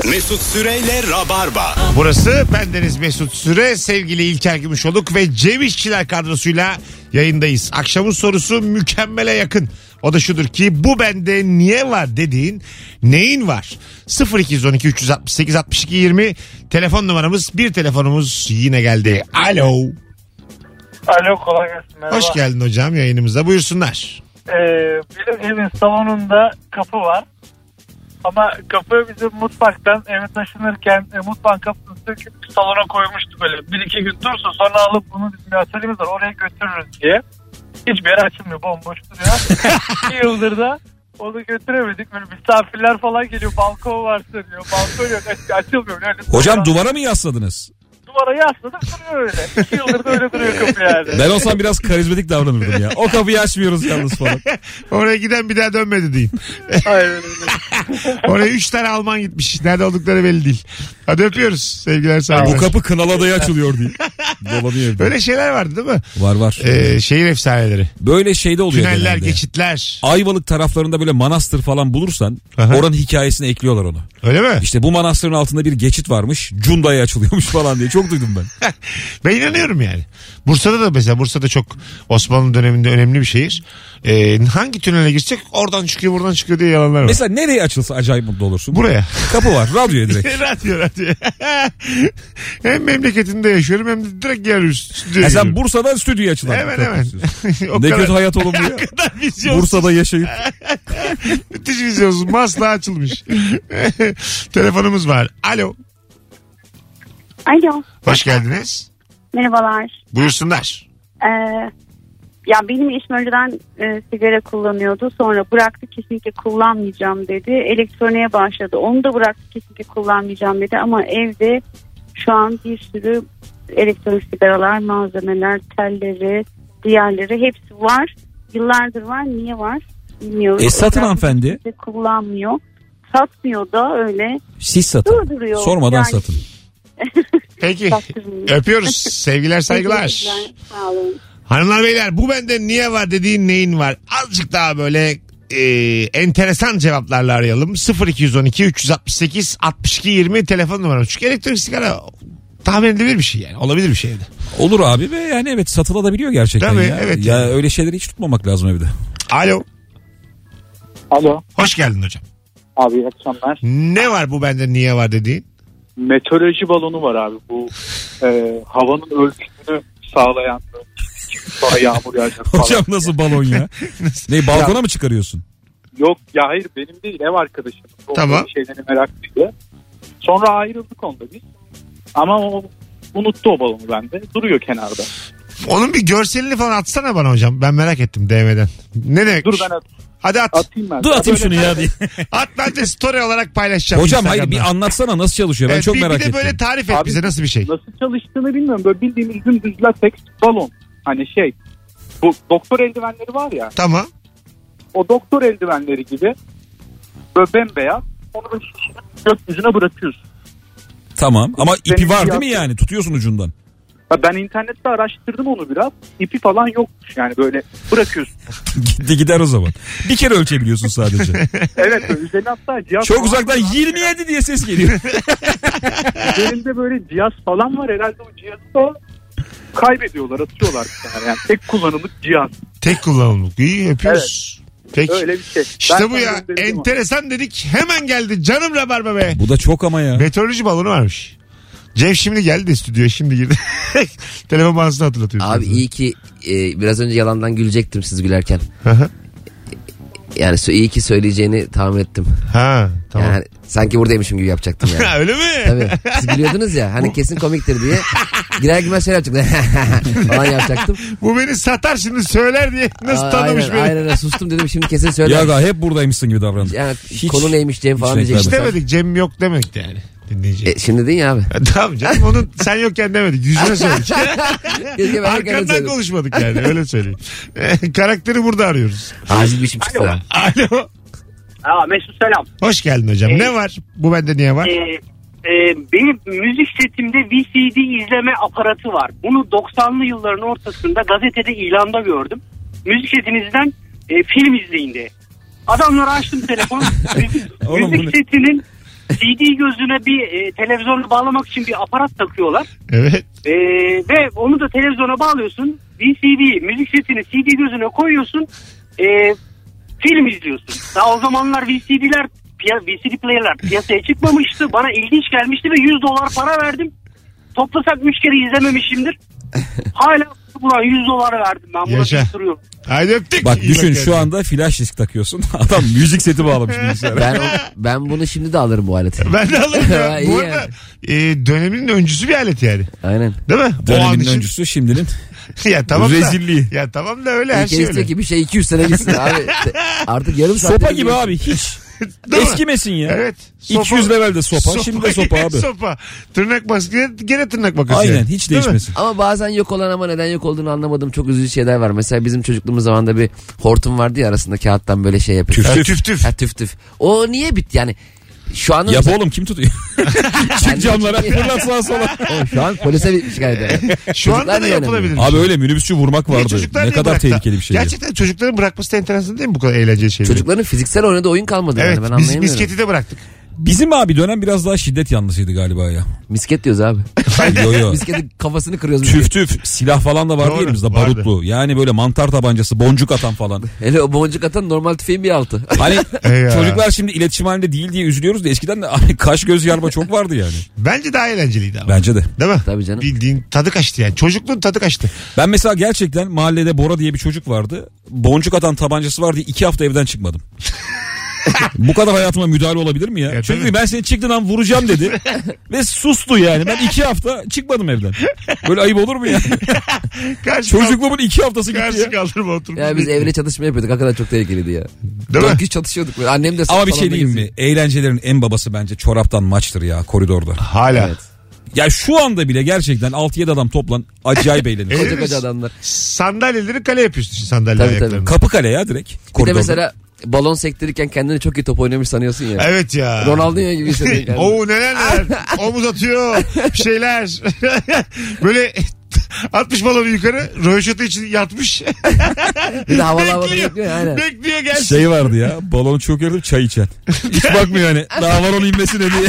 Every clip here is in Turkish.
Mesut Süreyle Rabarba. Burası bendeniz Mesut Süre, sevgili İlker Gümüşoluk ve Cem İşçiler kadrosuyla yayındayız. Akşamın sorusu mükemmele yakın. O da şudur ki bu bende niye var dediğin neyin var? 0212 368 62 20 telefon numaramız, bir telefonumuz yine geldi. Alo. Alo, kolay gelsin. Merhaba. Hoş geldin hocam yayınımıza, buyursunlar. Bizim evin salonunda kapı var. Ama kapı bizim mutfaktan eve taşınırken mutfağın kapısını söküp salona koymuştuk böyle. 1-2 gün dursun, sonra alıp bunu bizim bir atölyemiz var, oraya götürürüz diye. Hiçbir yer açılmıyor, bomboş duruyor. 2 yıldır da onu götüremedik. Böyle misafirler falan geliyor, balkon var sanıyor. Balkon yok, açılmıyor. Öyle Hocam duvara mı yasladınız? Duvara yasladık, duruyor öyle. 2 yıldır da öyle duruyor kapı yani. Ben olsam biraz karizmatik davranırdım ya. O kapıyı açmıyoruz yalnız falan. Oraya giden bir daha dönmedi deyin. Aynen öyle. Oraya 3 tane Alman gitmiş. Nerede oldukları belli değil. Hadi öpüyoruz. Sevgiler, saygılar. Bu kapı Kınalada'ya açılıyor diye. Dolanıyor. Böyle şeyler vardı değil mi? Var. Şehir efsaneleri. Böyle şeyde oluyor Tüneller, genelde. geçitler. Ayvalık taraflarında böyle manastır falan bulursan oranın hikayesine ekliyorlar onu. Öyle mi? İşte bu manastırın altında bir geçit varmış. Cunda'ya açılıyormuş falan diye. Çok duydum ben. Ben inanıyorum yani. Bursa'da da mesela, Bursa'da çok Osmanlı döneminde önemli bir şehir. Hangi tünele girsek oradan çıkıyor buradan çıkıyor diye yalanlar var. Mesela nereye açılsa acayip mutlu olursun. Buraya. Kapı var. Radyoya direkt. radyo. Hem memleketinde yaşıyorum hem de direkt geliyoruz. Sen Bursa'dan stüdyoya açılan. Hemen. Ne kötü hayat oğlum bu ya. Bursa'da yaşayıp. Müthiş vizyonsuz. Masla açılmış. Telefonumuz var. Alo. Alo. Hoş geldiniz. Merhabalar. Buyursunlar. Ya benim eşim önceden sigara kullanıyordu. Sonra bıraktı, kesinlikle kullanmayacağım dedi. Elektroniğe başladı. Onu da bıraktı, kesinlikle kullanmayacağım dedi. Ama evde şu an bir sürü elektronik sigaralar, malzemeler, telleri, diğerleri hepsi var. Yıllardır var. Niye var bilmiyorum. Satın hanımefendi. Kullanmıyor. Satmıyor da öyle. Siz satın. Durduruyor. Sormadan yani... satın. Peki. Öpüyoruz. Sevgiler, saygılar. Sağ olun. Hanımlar beyler, bu bende niye var dediğin neyin var? Azıcık daha böyle enteresan cevaplarla arayalım. 0212 368 62 20 telefon numaram. Çünkü elektrik sigara tahmin edilebilir bir şey yani. Olabilir bir şey evde. Olur abi ve yani evet, satılabiliyor gerçekten. Tabii, ya. evet Ya yani. öyle şeyleri hiç tutmamak lazım evde. Alo. Alo. Hoş geldin hocam. Abi iyi akşamlar. Ne var bu bende niye var dediğin? Meteoroloji balonu var abi. Bu havanın ölçüsünü sağlayan, sonra yağmur yağacak falan. Hocam nasıl balon ya? Ne, balkona mı çıkarıyorsun? Yok ya, hayır, benim değil, ev arkadaşım. Tamam. Şeyleri meraklıydı. Sonra ayrıldık onda biz. Ama o unuttu o balonu bende. Duruyor kenarda. Onun bir görselini falan atsana bana hocam. Ben merak ettim DM'den. Ne demek? Dur ben Hadi at. atayım ben. Dur atayım şunu ya diye. At, bence story olarak paylaşacağım. Hocam hayır, Instagram'da. bir anlatsana nasıl çalışıyor, ben Evet, çok bir merak de ettim. böyle tarif et Abi, bize, nasıl bir şey? Nasıl çalıştığını bilmiyorum. Böyle bildiğimiz dümdüz lateks balon. Hani bu doktor eldivenleri var ya. Tamam. O doktor eldivenleri gibi böyle bembeyaz. Onu böyle gökyüzüne bırakıyorsun. Tamam ama ipi Benim var değil mi yaptığım- yani? Tutuyorsun ucundan. Ben internette araştırdım onu biraz. İpi falan yokmuş yani, böyle bırakıyorsun. Gitti gider o zaman. Bir kere ölçebiliyorsun sadece. Evet, üzerine hatta cihaz Çok falan uzaktan var. 27 diye ses geliyor. Üzerinde böyle cihaz falan var. Herhalde o cihazı da kaybediyorlar, atıyorlar. Yani tek kullanımlık cihaz. Tek kullanımlık. İyi, yapıyoruz. Peki. Öyle bir şey. İşte Ben bu ya. sana göndereceğim Enteresan dedik. Hemen geldi. Canım Rabarba be. Bu da çok ama ya. Meteoroloji balonu varmış. Cem şimdi geldi de stüdyoya, şimdi girdi. Telefon bağlantısını hatırlatıyor. Abi iyi ki biraz önce yalandan gülecektim siz gülerken. Hı. Yani iyi ki söyleyeceğini tahmin ettim. Ha, tamam. Yani sanki buradaymışım gibi yapacaktım yani. Ha, öyle mi? Tabii. Siz gülüyordunuz ya, hani kesin komiktir diye. Girer girmez şöyle yapacaktım. falan yapacaktım. Bu beni satar şimdi, söyler diye nasıl tanımış beni. Aynen sustum dedim, şimdi kesin söyler. Ya hep buradaymışsın gibi davrandın. Yani Hiç- konu neymiş Cem falan hiç diyecektim. Demedik, Cem yok demedik yani. Dinleyici. Şimdi değil ya abi. Tamam canım, onun sen yokken demedik. Yüzüne söyledik. Keşke ben yokken Arkandan söyledim. konuşmadık yani, öyle söyleyeyim. Karakteri burada arıyoruz. Acil bir işim çıktı da. Alo. Mesut selam. Hoş geldin hocam. Ne var? Bu bende niye var? Benim müzik setimde VCD izleme aparatı var. Bunu 90'lı yılların ortasında gazetede ilanda gördüm. Müzik setinizden film izleyin diye. Adamlara açtım telefon. Oğlum bu ne? müzik setinin CD gözüne bir televizyonu bağlamak için bir aparat takıyorlar. Evet. Ve onu da televizyona bağlıyorsun. VCD müzik setini CD gözüne koyuyorsun. Film izliyorsun. Daha o zamanlar VCD player'lar piyasaya çıkmamıştı. Bana ilginç gelmişti ve $100 para verdim. Toplasak 3 kere izlememişimdir. Hala ulan $100 verdim ben. Buna Yaşa. duruyorum. Haydi öptük. Bak İyi düşün bak şu yani. anda flash disk takıyorsun. Adam müzik seti bağlamış bilgisayara. Ben bunu şimdi de alırım bu aleti. Ben de alırım ya. İyi Bu yani. arada döneminin öncüsü bir alet yani. Aynen. Değil mi? O an Dönemin için- öncüsü şimdinin Ya tamam da. rezilliği. Ya tamam da öyle her İlker şey istiyor öyle. ki bir şey 200 sene gitsin abi. Artık yarım saat. Sopa gibi abi hiç. Değil mi? Eskimesin ya. Evet. 200 levelde sopa, şimdi de sopa abi. Sopa. Tırnak maske gene tırnak makası. Aynen yani. hiç Değil mi? değişmesin. Ama bazen yok olan ama neden yok olduğunu anlamadığım çok üzücü şeyler var. Mesela bizim çocukluğumuz zamanında bir hortum vardı ya, arasında kağıttan böyle şey yapıyor. Ha, tüf tüf. Ha, tüf tüf. O niye bitti yani? Şu an Yap oğlum kim tutuyor? Çık camlara fırlat sağa sola. Şu an polise bir şikayet eder. Şu anda Çocuklar da niye yapılabilir. oynamıyor? Abi öyle minibüsçü vurmak Niye vardı. çocuklar Ne niye kadar bıraktı? tehlikeli bir şey. Gerçekten çocukların bırakması da enteresan değil mi bu kadar eğlenceli şeyleri? Çocukların fiziksel oynadığı oyun kalmadı Evet yani, ben biz anlayamıyorum. misketi de bıraktık. Bizim abi dönem biraz daha şiddet yanlısıydı galiba ya. Misket diyoruz abi. Yo yo. Misketin kafasını kırıyoruz. Tüf tüf silah falan da vardı Doğru, elimizde vardı. barutlu. Yani böyle mantar tabancası boncuk atan falan. Hele o boncuk atan normal tüfeğin bir altı. Hani Ya. çocuklar şimdi iletişim halinde değil diye üzülüyoruz da eskiden de abi kaş göz yarma çok vardı yani. Bence daha eğlenceliydi ama. Bence de. Değil mi? Tabii canım. Bildiğin tadı kaçtı yani. Çocukluğun tadı kaçtı. Ben mesela gerçekten mahallede Bora diye bir çocuk vardı. Boncuk atan tabancası vardı. 2 hafta evden çıkmadım. Bu kadar hayatıma müdahale olabilir mi ya? Ya Çünkü tabii. ben seni çıktığın an vuracağım dedi. Ve sustu yani. Ben 2 hafta çıkmadım evden. Böyle ayıp olur mu ya? Karşı Çocukluğumun 2 haftası gitti Karşı ya. kaldırma oturma. Ya biz evle çatışma yapıyorduk. Hakikaten çok tehlikeliydi ya. Değil mi? 4 kişi çatışıyorduk. Böyle. Annem de Ama bir şey salonda diyeyim geziyor. mi? Eğlencelerin en babası bence çoraptan maçtır ya koridorda. Hala. Evet. Ya şu anda bile gerçekten 6-7 adam toplan acayip eğlenir. Koca koca adamlar. Sandalyeleri kale yapıyorsun şimdi sandalye Tabii, ayaklarını. tabii. Kapı kale ya direkt. Bir de Koridorda. mesela balon sektirirken kendini çok iyi top oynamış sanıyorsun ya. Evet ya. Ronaldinho gibi hissediyorsun kendini. Oo neler omuz atıyor bir şeyler. Böyle 60 balonu yukarı röveşata için yatmış. Bir de havalı havalı bekliyor ya, aynen. Bekliyor gelsin. Şey vardı ya balonu çok yarıp çay içen. Hiç bakmıyor hani daha var onun inmesine diye.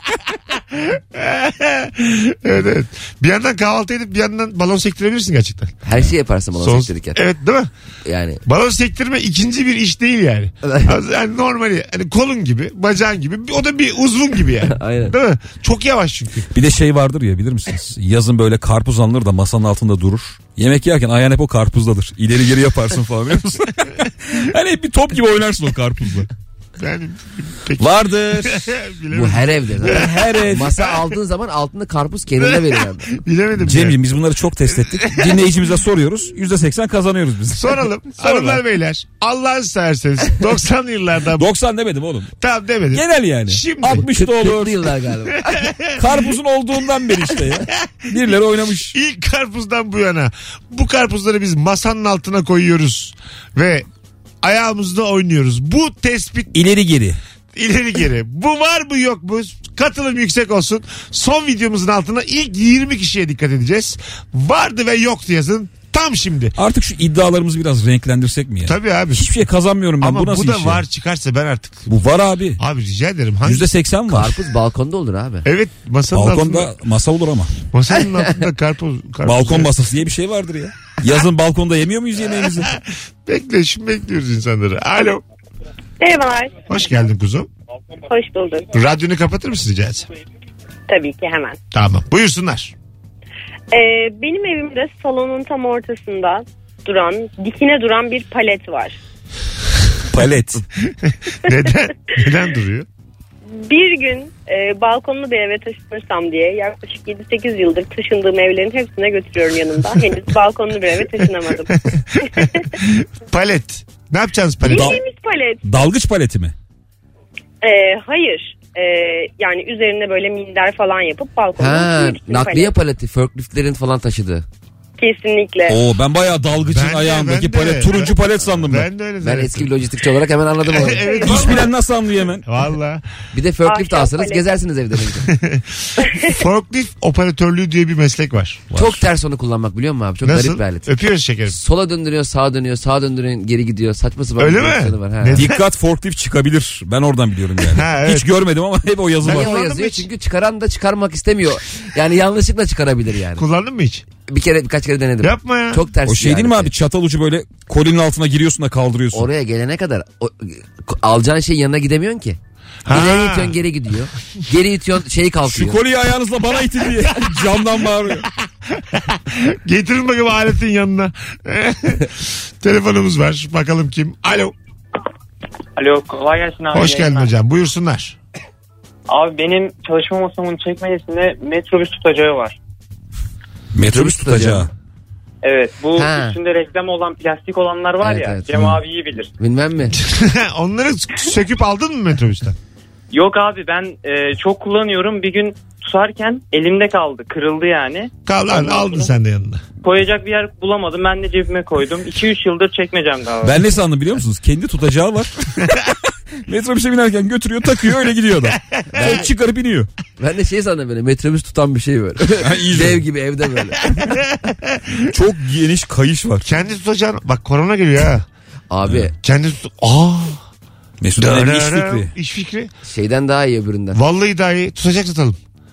Evet evet. Bir yandan kahvaltı edip bir yandan balon sektirebilirsin gerçekten. Her şey yaparsın balon Son- sektirirken. Evet değil mi? Yani. Balon sektirme ikinci bir iş değil yani. Yani normali hani kolun gibi bacağın gibi o da bir uzvun gibi yani. Aynen. Değil mi? Çok yavaş çünkü. Bir de şey vardır ya bilir misiniz? Yazın böyle karpuz alınır da masanın altında durur. Yemek yerken ayağın hep o karpuzdadır. İleri geri yaparsın falan biliyor musun? Hani hep bir top gibi oynarsın o karpuzla. Yani peki. Vardır. Bilemedim. Bu her evde. zaten. Her ev. Masa aldığın zaman altında karpuz kendine veriyor. Yani. Bilemedim. Cemciğim biz bunları çok test ettik. Dinleyicimize soruyoruz. %80 kazanıyoruz biz. Soralım. Hanımlar beyler. Allah'ını severseniz 90'lı yıllarda 90 demedim oğlum. tam demedim. Genel yani. Şimdi. 60 da olur. 40'lı yıllar galiba. Karpuzun olduğundan beri işte ya. Birileri oynamış. İlk karpuzdan bu yana bu karpuzları biz masanın altına koyuyoruz ve ayağımızda oynuyoruz. Bu tespit İleri geri. ileri geri. Bu var mı yok mu? Katılım yüksek olsun. Son videomuzun altına ilk 20 kişiye dikkat edeceğiz. Vardı ve yoktu yazın. Tam şimdi. Artık şu iddialarımızı biraz renklendirsek mi ya? Tabii abi. Hiçbir şey kazanmıyorum ben. Ama Bu nasıl bu da iş var ya? çıkarsa ben artık. Bu var abi. Abi rica ederim. Hangi? %80 var. Karpuz balkonda olur abi. Evet masanın Balkonda altında. masa olur ama. Masanın altında karpuz. Balkon masası diye bir şey vardır ya. Yazın balkonda yemiyor muyuz yemeğimizi? Bekle şimdi bekliyoruz insanları. Alo. Merhabalar. Hoş geldin kuzum. Hoş bulduk. Radyonu kapatır mısın rica etsem? Tabii ki hemen. Tamam. Buyursunlar. Benim evimde salonun tam ortasında dikine duran bir palet var. Palet. Neden? Neden duruyor? Bir gün balkonlu bir eve taşınırsam diye yaklaşık 7-8 yıldır taşındığım evlerin hepsine götürüyorum yanımda. Henüz balkonlu bir eve taşınamadım. Palet. Ne yapacaksınız palet? Bildiğimiz palet. Dalgıç paleti mi? Hayır. Yani üzerine böyle minder falan yapıp balkonda Ha, oturmak için nakliye palet. paleti. Forkliftlerin falan taşıdığı. Kesinlikle. Oo, ben bayağı dalgıçın Ben de, ayağındaki ben de. palet, turuncu palet sandım ben. Ben de öyle Ben zannettim. eski bir lojistikçi olarak hemen anladım onu. Evet. İş bilen nasıl anlıyor hemen? Valla. Bir de forklift Ahşap alsanız palet. gezersiniz evden önce. Forklift operatörlüğü diye bir meslek var. Çok ters onu kullanmak biliyor musun abi? Çok Nasıl? garip bir alet. Öpüyoruz şekerim. Sola döndürüyor, sağa dönüyor, sağa döndürüyor, geri gidiyor. Saçma sapan Öyle bir mi? direksiyonu var. Ha. Ne- Dikkat, forklift çıkabilir. Ben oradan biliyorum yani. Ha, evet. Hiç görmedim ama hep o yazı Ben var. Niye o kullandın yazıyor? mı hiç? Çünkü çıkaran da çıkarmak istemiyor. Yani yanlışlıkla çıkarabilir yani. Kullandın mı hiç? Birkaç kere denedim. Yapma ya. Çok ters. O şey bir değil mi alet. abi, çatal ucu böyle kolinin altına giriyorsun da kaldırıyorsun. Oraya gelene kadar alacağın şeyin yanına gidemiyorsun ki. Ha. İleri itiyorsun, geri gidiyor. Geri itiyorsun, şey Şu kalkıyor. kolyeyi ayağınızla bana itin diye camdan bağırıyor. Getirin bakayım aletin yanına. Telefonumuz var. Bakalım kim? Alo. Alo, kolay gelsin abi. Hoş geldin hocam. Buyursunlar. Abi benim çalışma masamın çekmecesinde metrobüs tutacağı var. Metrobüs tutacağı. Evet, bu Ha. üstünde reklam olan plastik olanlar var Evet, ya. evet. Cem abi iyi bilir. Bilmem mi? Onları söküp aldın mı metrobüsten? Yok abi, ben çok kullanıyorum. Bir gün tutarken elimde kaldı. Kırıldı yani. Kal aldın sen de yanına. Koyacak bir yer bulamadım. Ben de cebime koydum. 2-3 yıldır çekmecemde abi. Ben ne sandım biliyor musunuz? Kendi tutacağı var. Metrobüse binerken götürüyor, takıyor, öyle gidiyor adam. Sonra çıkarıp iniyor. Ben de şey sandım böyle metrobüs tutan bir şey böyle. iyice. Dev gibi evde böyle. Çok geniş kayış var. Kendi tutacağın... Bak korona geliyor ha. Abi Kendi tut... Aa. Mesut'un öyle bir iş fikri. İş fikri. şeyden daha iyi öbüründen. Vallahi daha iyi. Tutacak tutalım.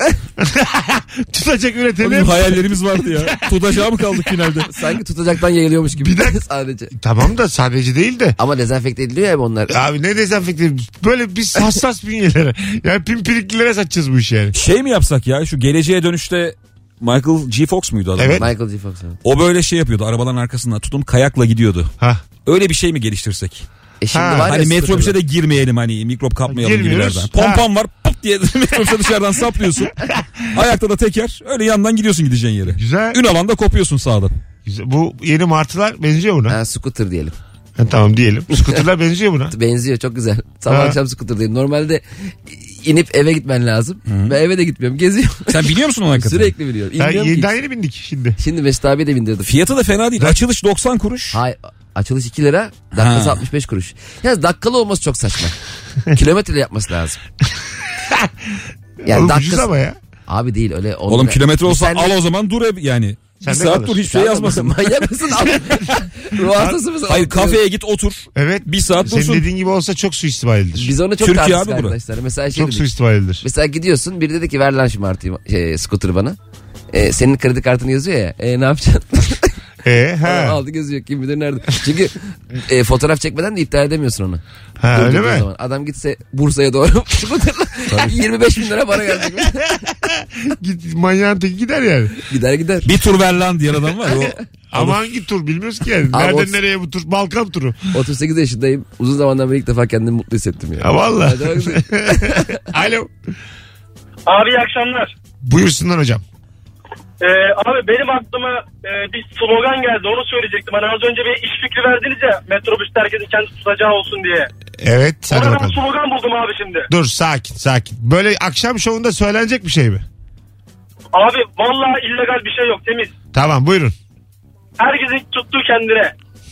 Tutacak Bizim üretelim. hayallerimiz vardı ya. Tutacağı mı kaldık finalde? Sanki tutacaktan yayılıyormuş gibi. Bir dakika. Sadece. Tamam da sadece değil de. Ama dezenfekte ediliyor ya onlar. Abi ne dezenfekte? Böyle biz hassas bünyelere. Yani pimpiriklilere satacağız bu işi yani. Şey mi yapsak ya, şu Geleceğe Dönüş'te Michael G. Fox muydu adam? Evet. Michael J. Fox. Evet. O böyle şey yapıyordu, arabaların arkasından tutup kayakla gidiyordu. Ha. Öyle bir şey mi geliştirsek? Şimdi Ha, var ya Hani metrobüse scooter'lar. de girmeyelim, hani mikrop kapmayalım Girmiyoruz. gibilerden. Pompon var, pıt diye metrobüse dışarıdan saplıyorsun. Ayakta da teker, öyle yandan gidiyorsun gideceğin yere. Güzel. Ünalanda kopuyorsun sağdan. Güzel. Bu yeni martılar benziyor buna. Ha, scooter diyelim. Ha, tamam diyelim. Skuterler benziyor buna. Benziyor, çok güzel. Sabah Ha. akşam scooter değil. Normalde inip eve gitmen lazım. Ben eve de gitmiyorum. Geziyorum. Sen biliyor musun onu hakikaten? Sürekli biliyorum. Ha, İnmiyorum ki. daha yeni bindik şimdi. Şimdi Mesut abi de bindirdim. Fiyatı da fena değil. Açılış 90 kuruş. Hayır, açılış 2 lira. Dakikası Ha. 65 kuruş. Yalnız dakikalı olması çok saçma. Kilometreli yapması lazım. Yani Oğlum ucuz dakikası... ama ya. Abi değil öyle. Oğlum kilometre olsa Sen de- al o zaman, dur hep yani. Sen Bir de saat kalır. dur, hiçbir şey Sen yazmasın. Manyak mısın abi? Ruh hastası mısın? Hayır, kafeye git otur. Evet. Bir saat Senin dursun. dediğin gibi olsa çok suistimal edilir. Biz onu çok Türkiye tartıştık abi bura. arkadaşlar. Mesela şey Çok dedik. suistimal edilir. Mesela gidiyorsun, biri dedi ki ver lan şu martıyı, scooter'ı bana. Senin kredi kartını yazıyor ya. Ne yapacaksın? Ha. Aldı geziyor, kim bilir nerede. Çünkü fotoğraf çekmeden de iptal edemiyorsun onu. Ha öyle Durdurduğun mi? zaman. Adam gitse Bursa'ya doğru scooter'la 25 bin lira para gelecek. Git, manyağın teki gider yani. Gider. Bir tur ver lan diyen adam var. O Ama hangi tur bilmiyoruz ki yani. Abi Nereden o- nereye bu tur? Balkan turu. 38 yaşındayım. Uzun zamandan beri ilk defa kendimi mutlu hissettim ya. Ha valla. Hadi bakalım. Alo. Abi iyi akşamlar. Buyursunlar hocam. Abi benim aklıma bir slogan geldi, onu söyleyecektim. Hani az önce bir iş fikri verdiniz ya, metrobüste herkesin kendi tutacağı olsun diye. Evet hadi Ona ben bakalım. slogan buldum abi şimdi. Dur sakin. Böyle akşam şovunda söylenecek bir şey mi? Abi vallahi illegal bir şey yok, temiz. Tamam buyurun. Herkesin tuttuğu kendine.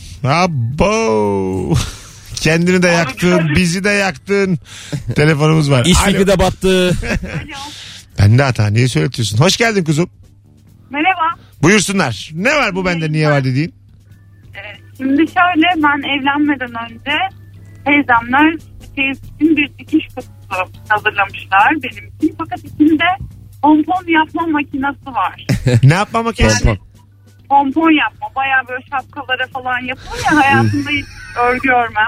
Abo. Kendini de yaktın, bizi de yaktın. Telefonumuz var. iş Alo. fikri de battı. Ben de hata. Niye söyletiyorsun? Hoş geldin kuzum. Merhaba. Buyursunlar. Ne var bu bende niye var dediğin? Şimdi şöyle, ben evlenmeden önce teyzemler teyze için bir dikiş kutusu hazırlamışlar benim için. Fakat içinde pompon yapma makinesi var. Ne yapma makinesi? Pompon. Pompon yapma. Bayağı böyle şapkalara falan yapılıyor ya, hayatımda hiç örgü örmem.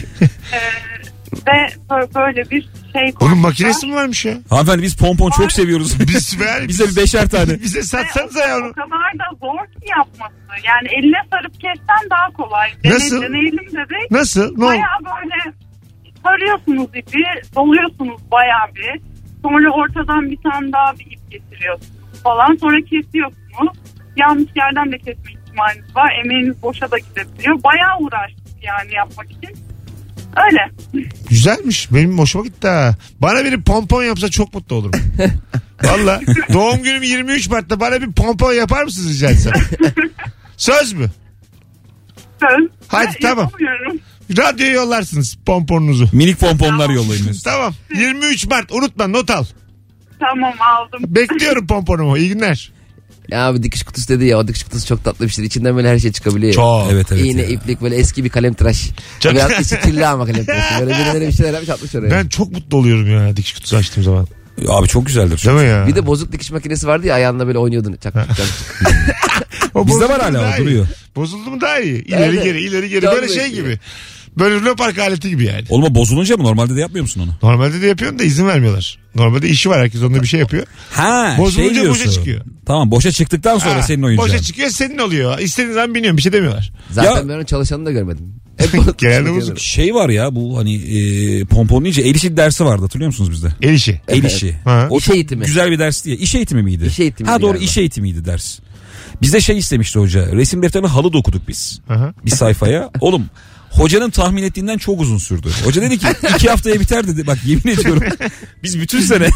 Ve böyle bir şey Onun koymuşlar. makinesi mi varmış ya? Hanımefendi biz pompon çok seviyoruz. Biz ver. Bize bir 5'er tane. Bize satsanıza ya O onu. kadar da zor ki yapması. Yani eline sarıp kessen daha kolay. Nasıl? Deneyelim dedik. Nasıl? Ne oldu? Bayağı böyle sarıyorsunuz ipi, doluyorsunuz bayağı bir. Sonra ortadan bir tane daha bir ip getiriyorsunuz falan. Sonra kesiyorsunuz. Yanlış yerden de kesme ihtimaliniz var. Emeğiniz boşa da gidebiliyor. Bayağı uğraştık yani yapmak için. Öyle. Güzelmiş. Benim hoşuma gitti ha. Bana biri pompon yapsa çok mutlu olurum. Valla. Doğum günüm 23 Mart'ta bana bir pompon yapar mısınız rica etsem? Söz mü? Söz. Hadi tamam. Radyoya yollarsınız pomponunuzu. Minik pomponlar yollayın Mesut. Tamam. 23 Mart unutma, not al. Tamam, aldım. Bekliyorum pomponumu. İyi günler. Ya abi dikiş kutusu dedi ya, o dikiş kutusu çok tatlı bir şey. İçinden böyle her şey çıkabiliyor. Çok. Evet İğne, ya. iplik, böyle eski bir kalem tıraş. Çok. Ve içi kirli ama kalem tıraşı. Böyle birileri bir şeyler yapmış atmış oraya. Ben çok mutlu oluyorum ya dikiş kutusu açtığım zaman. Abi çok güzeldir. Değil mi ya? Bir de bozuk dikiş makinesi vardı ya, ayağında böyle oynuyordun. Çak çak çak. O Bizde bozuldu var mu hala, daha o duruyor. iyi. Bozuldu mu daha iyi. İleri Evet. geri ileri geri. Çok Böyle şey iyi. gibi. Böyle Luna Park aleti gibi yani. Oğlum o bozulunca mı? Normalde de yapmıyor musun onu? Normalde de yapıyorsun da izin vermiyorlar. Normalde işi var, herkes onda bir şey yapıyor. Ha, Bozulunca şey diyorsun. boşa çıkıyor. Tamam, boşa çıktıktan sonra Ha, senin oyuncağın. Boşa çıkıyor, senin oluyor. İstediğin zaman biniyorsun, bir şey demiyorlar. Zaten Ya- ben onun çalışanını da görmedim. Hep bozuk Genelde dikiş bozuk. makinesi. Şey var ya, bu hani pomponlayınca el işi dersi vardı, hatırlıyor musunuz bizde? El işi. El işi. Ha. O İş çok eğitimi. güzel bir dersti ya. İş eğitimi miydi? İş eğitimiydi Ha doğru, galiba. iş eğitimiydi ders. Bizde şey istemişti hoca. Resim defterine halı dokuduk biz. Aha. Bir sayfaya. Oğlum hocanın tahmin ettiğinden çok uzun sürdü. Hoca dedi ki 2 haftaya biter dedi. Bak yemin ediyorum. Biz bütün sene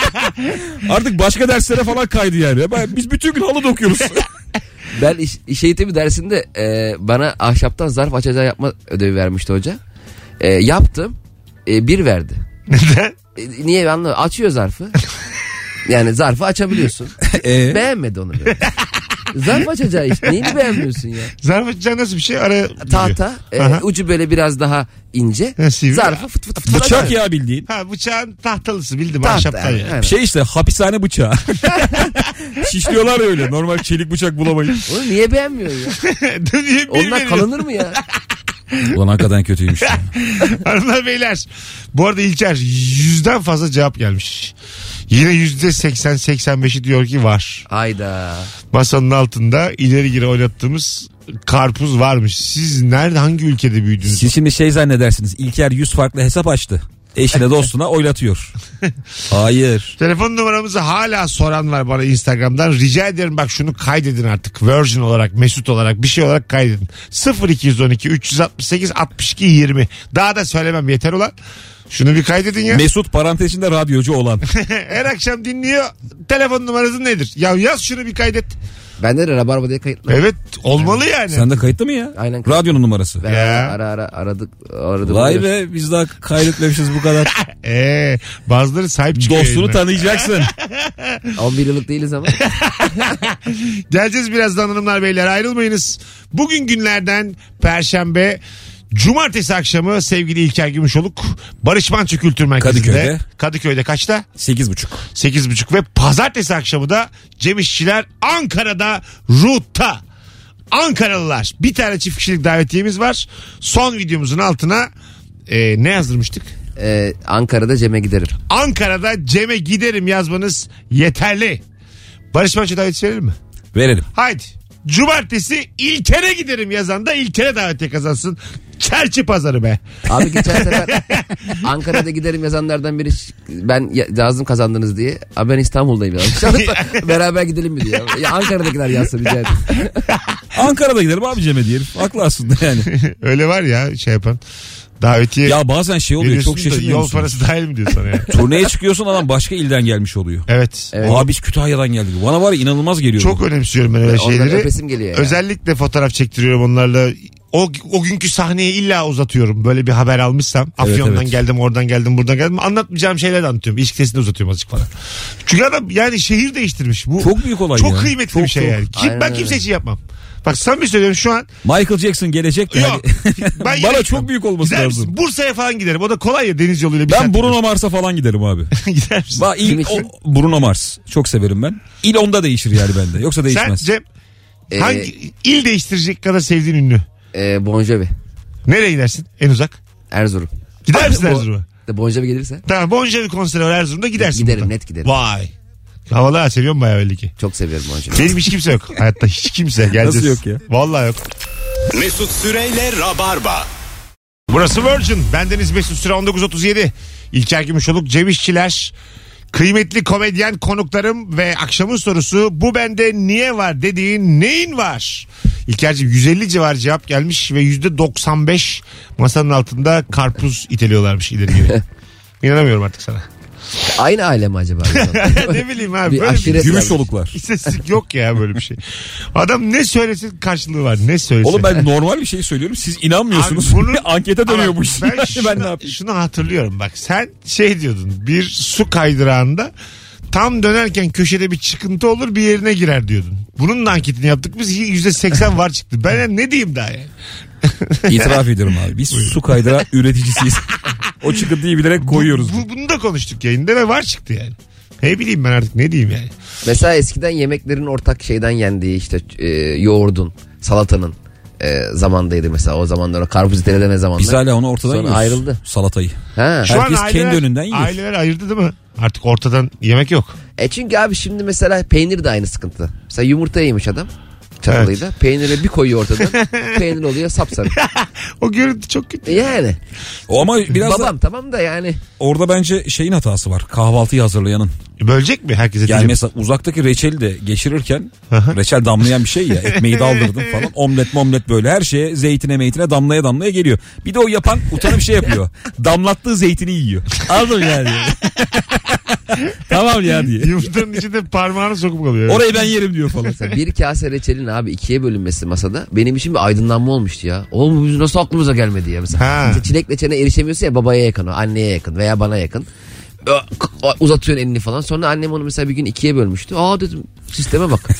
artık başka derslere falan kaydı yani. Biz bütün gün halı dokuyoruz. Ben iş eğitimi dersinde bana ahşaptan zarf açacağı yapma ödevi vermişti hoca. Yaptım. 1 verdi. Neden? Niye anlamadım. Açıyor zarfı. Yani zarfı açabiliyorsun. Beğenmedi onu böyle. Zarf açacağı işte. Neyini beğenmiyorsun ya? Zarf açacağı nasıl bir şey? Araya Tahta. Aha. Ucu böyle biraz daha ince. Ha, sivri. Zarfı fıt fıt fıt. Bıçak açar. ya bildiğin. Ha, bıçağın tahtalısı bildim. Tahta, Ahşaptan yani, yani. aynen. Şey işte hapishane bıçağı. Şişliyorlar öyle. Normal çelik bıçak bulamayın. Onu niye beğenmiyorsun ya? Niye Onlar bilmiyorum. kalınır mı ya? Ulan hakikaten kötüymüş ya. Hanımlar beyler. Bu arada İlker 100'den fazla cevap gelmiş. Yine %80-85'i diyor ki var. Hayda. Masanın altında ileri geri oynattığımız karpuz varmış. Siz nerede, hangi ülkede büyüdünüz? Siz şimdi şey zannedersiniz. İlker 100 farklı hesap açtı. Eşine dostuna oylatıyor. Hayır. Telefon numaramızı hala soran var bana Instagram'dan. Rica ederim bak şunu kaydedin artık. Virgin olarak, Mesut olarak, bir şey olarak kaydedin. 0212 368 62 20. Daha da söylemem, yeter ulan. Şunu bir kaydedin ya. Mesut parantez içinde radyocu olan. Her akşam dinliyor. Telefon numarası nedir? Ya yaz şunu bir kaydet. Bende de Rabarba diye kayıtlı. Evet, olmalı yani. Sen de kayıtlı mı ya? Aynen. Radyonun numarası. Ben Ya. ara aradım. Vay be, biz daha kaydetmemişiz bu kadar. Bazıları sahip çıkıyor. Dostunu yayına. tanıyacaksın. 11 yıllık değiliz ama. Geleceğiz birazdan hanımlar beyler, ayrılmayınız. Bugün günlerden Perşembe, Cumartesi akşamı sevgili İlker Gümüşoluk Barış Manço Kültür Merkezi'nde. Kadıköy'de. Kadıköy'de kaçta? 8.30. 8.30 ve pazartesi akşamı da Cem İşçiler Ankara'da Root'ta. Ankaralılar, bir tane çift kişilik davetiyemiz var. Son videomuzun altına ne yazdırmıştık? Ankara'da Cem'e giderim. Ankara'da Cem'e giderim yazmanız yeterli. Barış Manço davetiyesi verelim mi? Verelim. Haydi. Cumartesi İlker'e giderim yazan da İlker'e davetiye kazansın. Çerçi pazarı be. Abi geçen sefer Ankara'da giderim yazanlardan biri, ben yazdım kazandınız diye. Abi ben İstanbul'dayım ya. Beraber gidelim mi diyor. Ya Ankara'dakiler yazsa rica ederim. Ankara'da giderim abi Cem'e diyelim. Haklı aslında yani. Öyle var ya şey yapan. Davetiye Ya bazen şey oluyor, veriyorsun çok da şaşırmıyor yol musun? parası dahil mi diyor sana ya? Turneye çıkıyorsun, adam başka ilden gelmiş oluyor. Evet. Abi biz Kütahya'dan geldik. Bana var ya inanılmaz geliyor. Çok önemsiyorum ben öyle Ondan şeyleri. öpesim geliyor ya. Özellikle fotoğraf çektiriyorum onlarla. O günkü sahneyi illa uzatıyorum. Böyle bir haber almışsam. Evet, Afyon'dan evet. geldim, oradan geldim, buradan geldim. Anlatmayacağım şeyler de anlatıyorum. İlişki testini uzatıyorum azıcık falan. Çünkü adam yani şehir değiştirmiş. Bu Çok büyük olay çok ya. kıymetli Çok, bir şey çok. yani. Aynen Ben öyle. kimse için yapmam. Bak samimi söylüyorum şu an. Michael Jackson gelecek de Yok. yani. Ben yine Bana gitmem. çok büyük olması Gider lazım. misin? Bursa'ya falan giderim. O da kolay ya, deniz yoluyla. Bir Ben saat Bruno Mars'a falan giderim abi. gider misin? Bak Kim için? Bruno Mars. Çok severim ben. İl onda değişir yani bende. Yoksa Sen değişmez. Cem hangi il değiştirecek kadar sevdiğin ünlü? Bon Jovi. Nereye gidersin? En uzak. Erzurum. Gider misin Bu- Erzurum'a? Bon Jovi gelirse Tamam, Bon Jovi konseri var Erzurum'da, gidersin. giderim, buradan. net giderim. Vay. Havalı ha, seviyorum bayağı belli ki. Çok seviyorum Bon Jovi. Benim hiç kimse yok. Hayatta hiç kimse. Geleceğiz. Nasıl yok ya? Vallahi yok. Mesut Süreyle Rabarba. Burası Virgin. Bendeniz Mesut Süre 19.37. İlker Gümüşoluk, Cem İşçiler. Kıymetli komedyen konuklarım ve akşamın sorusu bu bende niye var dediğin neyin var? İlker'cim 150 civarı cevap gelmiş ve %95 masanın altında karpuz iteliyorlarmış ileri geri. İnanamıyorum artık sana. Aynı aile mi acaba? Ne bileyim abi. Bir Böyle aşiret Gümüş var. soluklar. İstatistik yok ya böyle bir şey. Adam ne söylesin karşılığı var. Ne söylesin. Oğlum ben normal bir şey söylüyorum. Siz inanmıyorsunuz. Abi bunu- Ankete dönüyor bu iş. Ben, Ben ne yapayım? şunu hatırlıyorum bak. Sen şey diyordun. Bir su kaydırağında tam dönerken köşede bir çıkıntı olur bir yerine girer diyordun. Bunun da anketini yaptık biz %80 var çıktı. Ben ne diyeyim daha ya? İtiraf ediyorum abi. Biz su kaydırağı üreticisiyiz. O çıkıntıyı bilerek koyuyoruz. Bunu da konuştuk yayında ve var çıktı yani. Ne bileyim ben artık ne diyeyim yani. Mesela eskiden yemeklerin ortak şeyden yendiği işte yoğurdun, salatanın zamandaydı mesela. O zamanlar o karpuz iteleme zamanlar. Biz hala onu ortadan Sonra yiyoruz. ayrıldı. Salatayı. Ha. Şu Herkes an kendi önünden yiyor. Aileler ayırdı değil mi? Artık ortadan yemek yok. Çünkü abi şimdi mesela peynir de aynı sıkıntı. Mesela yumurta yemiş adam. Çatalıyla. Peyniri bir koyuyor ortadan. Peynir oluyor sapsarı. O görüntü çok kötü. Yani. O ama biraz Babam da tamam da yani. orada bence şeyin hatası var. Kahvaltıyı hazırlayanın. Bölecek mi herkese? Yani dilim? mesela uzaktaki reçeli de geçirirken Aha. reçel damlayan bir şey ya. Ekmeği daldırdım falan. Omlet böyle her şeye zeytine meytine damlaya geliyor. Bir de o yapan utanıp şey yapıyor. Damlattığı zeytini yiyor. Aldım yani. Tamam ya diye. Yumurtanın içinde parmağını sokup kalıyor. Orayı ben yerim diyor falan. Mesela bir kase reçelin abi ikiye bölünmesi masada benim için bir aydınlanma olmuştu ya. Oğlum biz nasıl aklımıza gelmedi ya mesela. Ha. Mesela çilek reçeline erişemiyorsun ya babaya yakın o anneye yakın veya bana yakın. Uzatıyorsun elini falan. Sonra annem onu mesela bir gün ikiye bölmüştü. Aa dedim sisteme bak.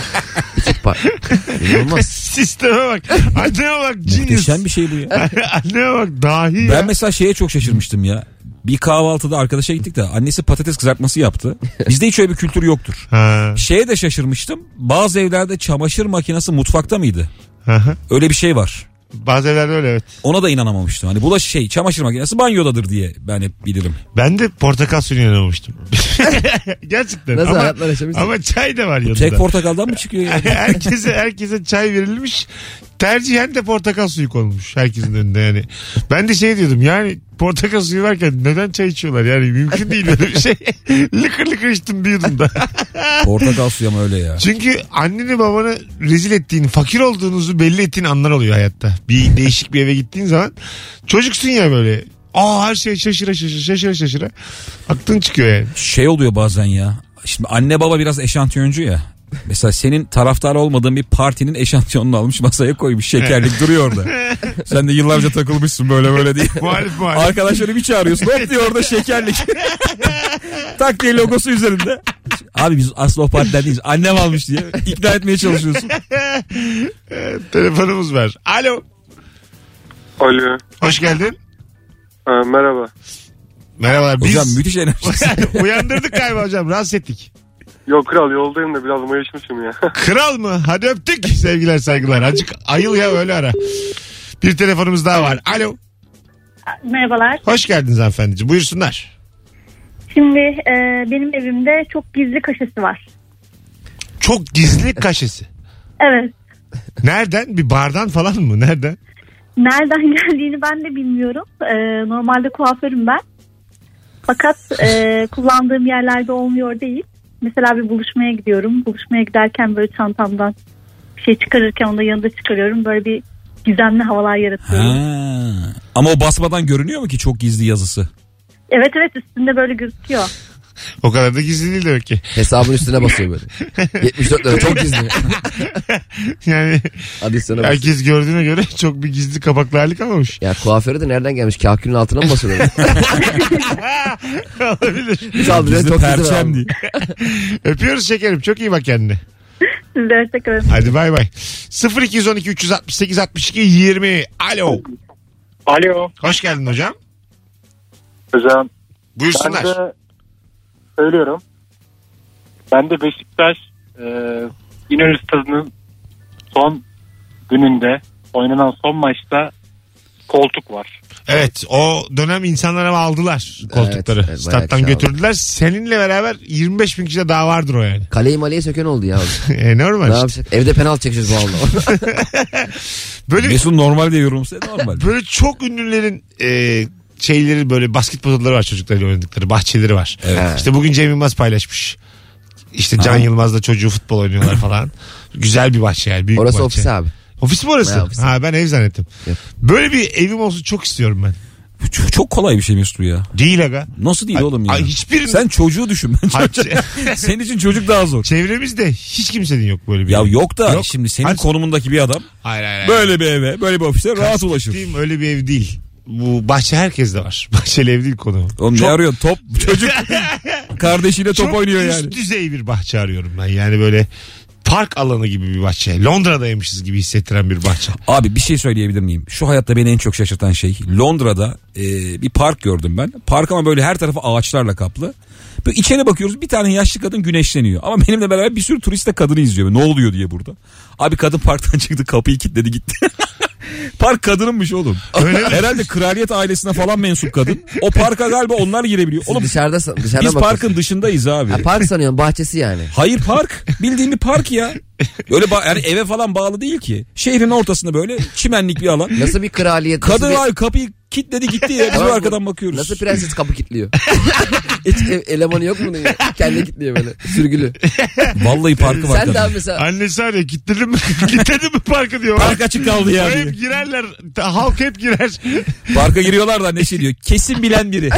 İnanılmaz. Sisteme bak. Anneme bak. Genius. Muhteşem bir şey bu ya. Anneme bak dahi ya. Ben mesela şeye çok şaşırmıştım ya. Bir kahvaltıda arkadaşa gittik de annesi patates kızartması yaptı. Bizde hiç öyle bir kültür yoktur. Ha. Şeye de şaşırmıştım. Bazı evlerde çamaşır makinesi mutfakta mıydı? Aha. Öyle bir şey var. Bazı evlerde öyle evet. Ona da inanamamıştım. Hani çamaşır makinesi banyodadır diye ben hep bilirim. Ben de portakal suyuna inanamamıştım. Gerçekten. Nasıl ama, hayatlar yaşamışsın? ama çay da var yanında. Tek portakaldan mı çıkıyor yani? herkese çay verilmiş. Tercihen de portakal suyu konulmuş herkesin önünde yani. Ben de şey diyordum yani portakal suyu varken neden çay içiyorlar yani mümkün değil böyle bir şey. Lıkır içtim bir yudumda. Portakal suyu ama öyle ya. Çünkü anneni babanı rezil ettiğini, fakir olduğunuzu belli ettiğin anlar oluyor hayatta. Bir değişik bir eve gittiğin zaman çocuksun ya böyle. Her şey şaşıra. Aklın çıkıyor yani. Şey oluyor bazen ya. Şimdi anne baba biraz eşantiyoncu ya. Mesela senin taraftar olmadığın bir partinin eşantiyonunu almış masaya koymuş. Şekerlik duruyor orada. Sen de yıllarca takılmışsın böyle diye. Muhalif. Arkadaşları bir çağırıyorsun. Hop diyor orada şekerlik. Tak diye logosu üzerinde. Abi biz aslında o partiden değiliz. Annem almış diye ikna etmeye çalışıyorsun. Telefonumuz var. Alo. Alo. Hoş geldin. Merhaba. Merhabalar. Biz Hocam müthiş enerji. uyandırdık galiba hocam. Rahatsız ettik. Yok kral yoldayım da biraz mayışmışım ya. Kral mı? Hadi öptük. Sevgiler saygılar. Azıcık ayıl ya öyle ara. Bir telefonumuz daha var. Alo. Merhabalar. Hoş geldiniz hanımefendiciğim. Buyursunlar. Şimdi benim evimde çok gizli kaşesi var. Çok gizli kaşesi. Evet. Nereden? Bir bardan falan mı? Nereden? Nereden geldiğini ben de bilmiyorum. Normalde kuaförüm ben. Fakat kullandığım yerlerde olmuyor değil. Mesela bir buluşmaya gidiyorum. Buluşmaya giderken böyle çantamdan bir şey çıkarırken onu da yanında çıkarıyorum. Böyle bir gizemli havalar yaratıyorum. Ama o basmadan görünüyor mu ki çok gizli yazısı? Evet üstünde böyle gözüküyor. O kadar da gizli değil demek ki. Hesabın üstüne basıyor böyle. 74 lira çok gizli. Yani Adisyona herkes basıyor. gördüğüne göre çok bir gizli kapaklı hali kalmamış. Ya kuaföre de nereden gelmiş? Kahkülün altına mı basıyor? Olabilir. Saldırıyor Gizli çok gizli. perçem diye. Öpüyoruz şekerim. Çok iyi bak kendine. Siz de hoşçakalın. Hadi bay bay. 0212 368 62 20. Alo. Alo. Hoş geldin hocam. Hocam. Buyursunlar. Ben de söylüyorum. Ben de Beşiktaş İnönü Stadı'nın son gününde oynanan son maçta koltuk var. Evet o dönem insanlara aldılar koltukları. Evet, Stat'tan bayağı götürdüler. Seninle beraber 25 bin kişi de daha vardır o yani. Kaleyi maleyi söken oldu ya. Normal Ne işte. yapacak? Evde penaltı çekeceğiz bu Böyle, Mesut normal diye yorumsa normal. böyle çok ünlülerin şeyleri böyle basketbol odaları var, çocuklarla oynadıkları bahçeleri var. Evet. İşte bugün Cem Yılmaz paylaşmış. İşte Can Yılmaz'la çocuğu futbol oynuyorlar falan. Güzel bir bahçe yani. Büyük Orası bir bahçe. ofis abi. Ofis mi orası? Bayağı ofis. Ha, ben ev zannettim. Yok. Böyle bir evim olsun çok istiyorum ben. Çok kolay bir şey Mesut ya. Değil aga. Nasıl değil oğlum ya? Ay, hiçbirimiz... Sen çocuğu düşün. Senin için çocuk daha zor. Çevremizde hiç kimsenin yok böyle bir Ya ev. yok da Yok. şimdi senin Hayır. konumundaki bir adam Hayır. böyle bir eve, böyle bir ofise rahat ulaşır. Kastettiğim öyle bir ev değil. Bu bahçe herkeste var. Bahçeli ev değil konu. Oğlum Çok- ne arıyorsun? Top çocuk kardeşiyle top oynuyor üst yani. düzey bir bahçe arıyorum ben. Yani böyle park alanı gibi bir bahçe. Londra'daymışız gibi hissettiren bir bahçe. Abi bir şey söyleyebilir miyim? Şu hayatta beni en çok şaşırtan şey Londra'da bir park gördüm ben. Park ama böyle her tarafı ağaçlarla kaplı. Böyle içeri bakıyoruz, bir tane yaşlı kadın güneşleniyor. Ama benimle beraber bir sürü turist de kadını izliyor. Ne oluyor diye burada. Abi kadın parktan çıktı, kapıyı kilitledi gitti. Park kadınınmış oğlum. Herhalde kraliyet ailesine falan mensup kadın. O parka galiba onlar girebiliyor. Oğlum Dışarıda biz bakıyorsun. parkın dışındayız abi. Ha, park sanıyorum, bahçesi yani. Hayır park. Bildiğin bir park ya. Öyle yani eve falan bağlı değil ki. Şehrin ortasında böyle çimenlik bir alan. Nasıl bir kraliyet? nasıl Kadın bir... abi kapıyı kilitledi gitti ya. Biz Tamam, bu arkadan bakıyoruz. Nasıl prenses kapı kilitliyor? Hiç elemanı yok mu? Kendi kilitliyor böyle. Sürgülü. Vallahi parkı var Sen de kadın. abi mesela. Annesi arıyor, kilitledin mi? Kilitledin mi parkı diyor. Park açık kaldı ya diyor. Hep girerler. Halk hep girer. Parka giriyorlar da ne şey diyor. Kesin bilen biri.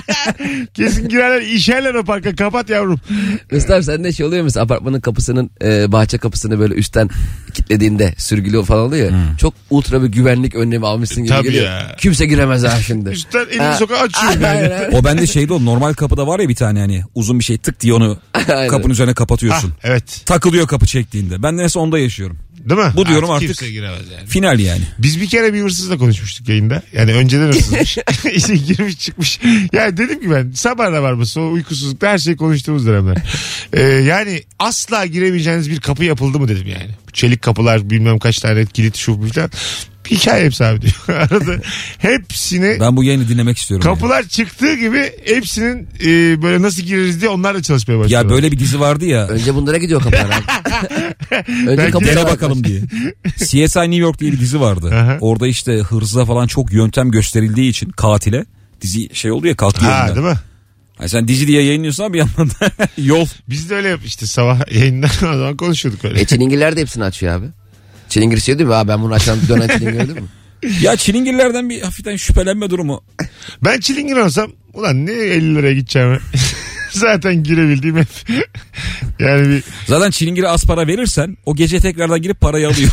Kesin girerler, işerler o parka. Kapat yavrum. Mesela abi sende şey oluyor mesela, apartmanın kapısının bahçe kapısını böyle üstten kilitlediğinde sürgülü falan oluyor ya. Çok ultra bir güvenlik önlemi almışsın gibi Tabii geliyor. ya. Kimse giremez ha şimdi. Üstten elini Ha. sokağa açıyor. Aynen, Yani. aynen. O bende şeyde o normal kapıda var ya bir tane hani uzun bir şey tık diye onu Aynen. kapının üzerine kapatıyorsun. Ha, evet. Takılıyor kapı çektiğinde. Ben de neyse onda yaşıyorum. Değil mi? Bu diyorum artık. Kimse giremez yani. Final yani. Biz bir kere bir hırsızla konuşmuştuk yayında. Yani önceden hırsızmış. İşte girmiş çıkmış. Yani dedim ki ben sabah rabarbası, o uykusuzlukta her şey konuştuğumuz dönemler. Yani asla giremeyeceğiniz bir kapı yapıldı mı dedim yani. Çelik kapılar, bilmem kaç tane kilit şu falan. Hikaye hepsi abi diyor. Arada hepsini Ben bu yayını dinlemek istiyorum. kapılar çıktığı gibi hepsinin böyle nasıl gireriz diye onlarla çalışmaya Ya başlıyorlar. böyle bir dizi vardı ya. Önce bunlara gidiyor kapılar abi. Önce Belki kapılara Dene bakalım diye. CSI New York diye bir dizi vardı. Aha. Orada işte hırsıza falan çok yöntem gösterildiği için katile dizi şey oldu ya kalktı Ha, yerinden. değil mi? Yani sen dizi diye yayınlıyorsun ama bir yandan da yol. Biz de öyle işte sabah yayından o zaman konuşuyorduk öyle. Çilingirler de hepsini açıyor abi. Çilingir şey değil mi? Ha, ben bunu açan dönen çilingir değil mi? Ya çilingirlerden bir hafiften şüphelenme durumu. Ben çilingir olsam ulan ne 50 liraya gideceğim. Zaten girebildiğim hep. Yani bir Zaten çilingire az para verirsen o gece tekrardan girip parayı alıyor.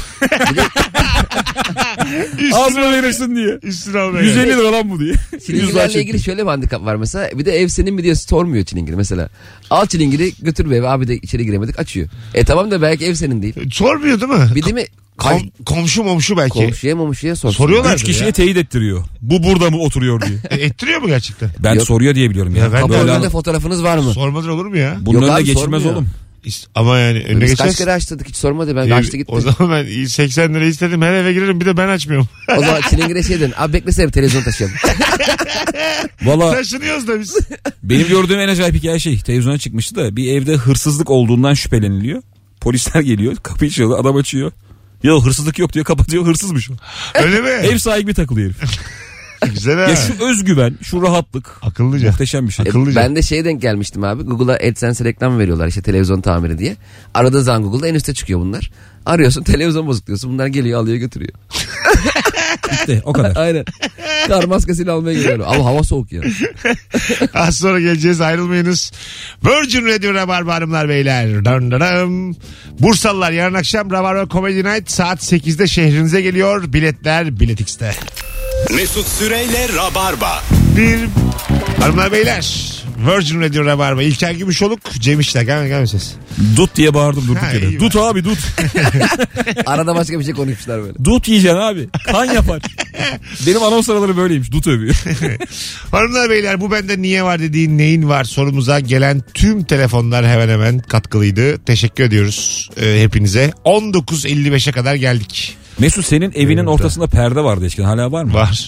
Az mı verirsin diye. üstüne almaya 150 geldim. lira lan bu diye. Çilingirlerle ilgili şöyle bir handikap var mesela. Bir de ev senin mi diye sormuyor çilingir mesela. Al çilingiri götür bir eve, abi de içeri giremedik, açıyor. Tamam da belki ev senin değil. Sormuyor değil mi? Bir de mi? Komşu momşu belki. Komşuya momuşuya sor. Soruyorlar. 3 kişiye teyit ettiriyor. Bu burada mı oturuyor diye. Ettiriyor mu gerçekten? Ben Yok. soruyor diye biliyorum ya. Ya ben Kapı Böyle önünde fotoğrafınız var mı? Sormadan olur mu ya? Bunun Yok önüne abi, geçilmez sormuyor. oğlum. Ama yani önüne Biz kaç geçeceğiz. kere açtırdık, hiç sormadı, ben açtı gitti. O zaman ben 80 lira istedim, her eve girerim, bir de ben açmıyorum. O zaman çilingire şey dedin. Abi beklesene, televizyon taşıyalım. Valla Taşınıyoruz da biz. benim gördüğüm en acayip hikaye şey. Televizyona çıkmıştı da bir evde hırsızlık olduğundan şüpheleniliyor. Polisler geliyor, kapıyı çalıyor, adam açıyor. Ya hırsızlık yok diyor, kapatıyor, hırsızmış o. Öyle mi? Ev sahibi takılıyor herif. Güzel ha. Ya şu özgüven, şu rahatlık. Akıllıca. Muhteşem bir şey. Akıllıca. Ben de şeye denk gelmiştim abi. Google'a AdSense reklam veriyorlar işte, televizyon tamiri diye. Aradığı zaman Google'da en üstte çıkıyor bunlar. Arıyorsun, televizyon bozuk diyorsun. Bunlar geliyor, alıyor, götürüyor. İşte o kadar. Aynen. Kar maskesiyle almaya geliyor. Ama hava soğuk ya. Az sonra geleceğiz, ayrılmayınız. Virgin Radio Rabarba hanımlar beyler. Dın dın dın. Bursalılar, yarın akşam Rabarba Comedy Night saat 8'de şehrinize geliyor. Biletler Bilet X'te. Mesut Süreyle Rabarba. Bir hanımlar beyler, Virgin Radio Rabarba, İlker Gümüşoluk, Cem İşler. Gelme ses. Dut diye bağırdım durduk Ha, yere. iyi Dut abi dut. Arada başka bir şey konuşmuşlar böyle. Dut yiyeceksin abi. Kan yapar. Benim anons araları böyleymiş. Dut övüyor. Hanımlar beyler, bu bende niye var dediğin neyin var sorumuza gelen tüm telefonlar hemen hemen katkılıydı. Teşekkür ediyoruz hepinize. 19.55'e kadar geldik. Mesut senin evinin ortasında perde vardı eskiden. Hala var mı? Var.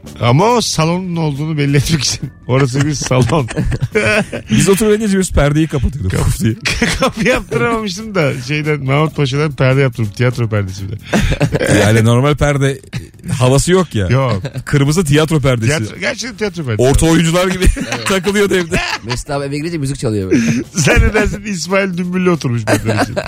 Ama o salonun olduğunu belli etmek için. Orası bir salon. Biz oturup ne diyoruz? Perdeyi kapatıyorduk. Kaf diye. Kapı yaptıramamıştım da Mahmut Paşa'dan perde yaptırdım. Tiyatro perdesi bile. Yani normal perde havası yok ya. Yok. Kırmızı tiyatro perdesi. Gerçekten tiyatro perdesi. Orta oyuncular gibi takılıyordu evde. Mesut abi eve girince müzik çalıyor böyle. Sen ne dersin, İsmail Dümbüllü oturmuş benden için.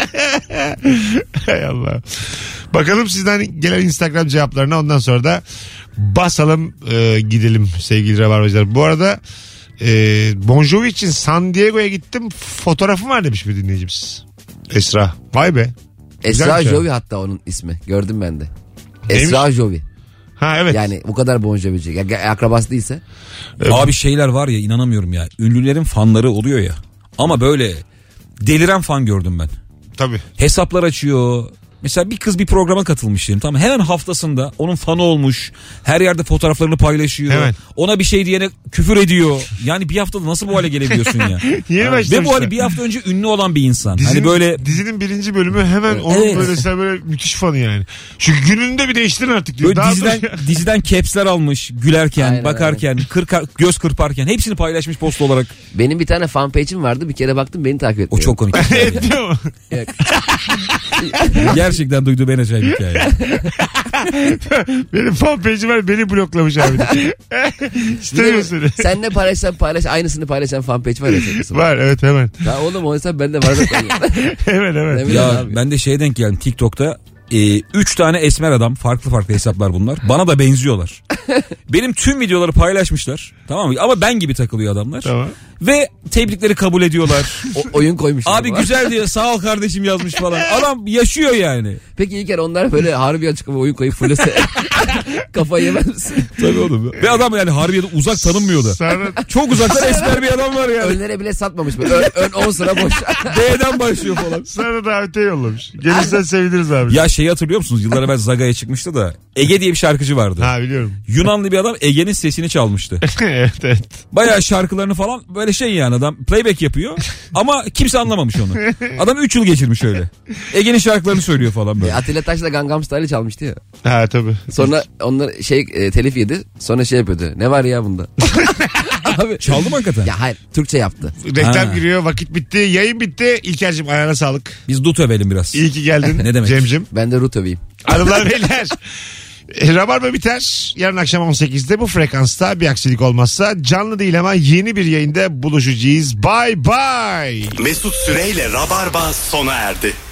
Hay Allah. Bakalım sizden gelen Instagram cevaplarına, ondan sonra da basalım gidelim sevgili Rabarbacılar. Bu arada Bon Jovi için San Diego'ya gittim, fotoğrafım var demiş bir dinleyicimiz. Esra. Vay be. Esra Güzel. Jovi hatta onun ismi. Gördüm ben de. Neymiş? Esra Jovi. Ha evet. Yani bu kadar Bon Jovi'ci. Akrabası değilse. Abi şeyler var ya, inanamıyorum ya. Ünlülerin fanları oluyor ya. Ama böyle deliren fan gördüm ben. Tabii. Hesaplar açıyor. Mesela bir kız bir programa katılmış diyelim. Tamam, hemen haftasında onun fanı olmuş. Her yerde fotoğraflarını paylaşıyor. Hemen. Ona bir şey diyene küfür ediyor. Yani bir haftada nasıl bu hale gelebiliyorsun ya? Yeni başlamışlar. Ve bu hani bir hafta önce ünlü olan bir insan. Hani böyle dizinin 1. bölümü hemen onun Evet. böyle sen böyle müthiş fanı yani. Şu gününde bir değiştirin artık diyor. böyle Daha diziden caps'ler almış gülerken, Aynen, bakarken, göz kırparken hepsini paylaşmış post olarak. Benim bir tane fan page'im vardı. Bir kere baktım beni takip etmiyor. O çok komik. Etmiyor mu? Yok. Gerçekten duyduğum en acayip hikaye. Benim fan page'im var, beni bloklamış abi. İstemiyor seni. Sen ne paylaşsan paylaş, aynısını paylaşan fan page var ya. Var evet, hemen. Ya oğlum o hesap bende var zaten. Hemen. Ne bileyim Ya abi. ben de şeye denk geldim TikTok'ta. 3 tane esmer adam, farklı hesaplar bunlar. Bana da benziyorlar. Benim tüm videoları paylaşmışlar. Tamam mı? Ama ben gibi takılıyor adamlar. Tamam. Ve tebrikleri kabul ediyorlar. Oyun koymuşlar. Abi güzel diye sağ ol kardeşim yazmış falan. Adam yaşıyor yani. Peki İlker onlar böyle harbi açık oyun koyup fullese kafayı yemez misin? Tabii oğlum. Ve adam yani harbiden uzak tanınmıyordu. Sonra Çok uzaktan esmer bir adam var yani. Önlere bile satmamış böyle. Ön 10 sıra boş. D'den başlıyor falan. Sonra davete yollamış. Gelirsen seviniriz abi. Ya şeyi hatırlıyor musunuz? Yıllar evvel Zaga'ya çıkmıştı da. Ege diye bir şarkıcı vardı. Ha biliyorum. Yunanlı bir adam Ege'nin sesini çalmıştı. evet. Bayağı şarkılarını falan böyle şey yani, adam playback yapıyor ama kimse anlamamış onu. Adam 3 yıl geçirmiş öyle. Ege'nin şarkılarını söylüyor falan böyle. Atilla Taş da Gangnam Style'ı çalmıştı ya. Ha tabii. Sonra onlar telif yedi. Sonra şey yapıyordu. Ne var ya bunda? Abi, Çaldı mı hakikaten? ya hayır Türkçe yaptı. Reklam Ha. giriyor, vakit bitti, yayın bitti. İlker'cim ayağına sağlık. Biz dut övelim biraz. İyi ki geldin. Ne demek? Cem'cim. Ben de Rut öveyim. Hanımlar beyler. Rabarba biter. Yarın akşam 18'de bu frekansta, bir aksilik olmazsa, canlı değil ama yeni bir yayında buluşacağız. Bye bye. Mesut Süreyle Rabarba sona erdi.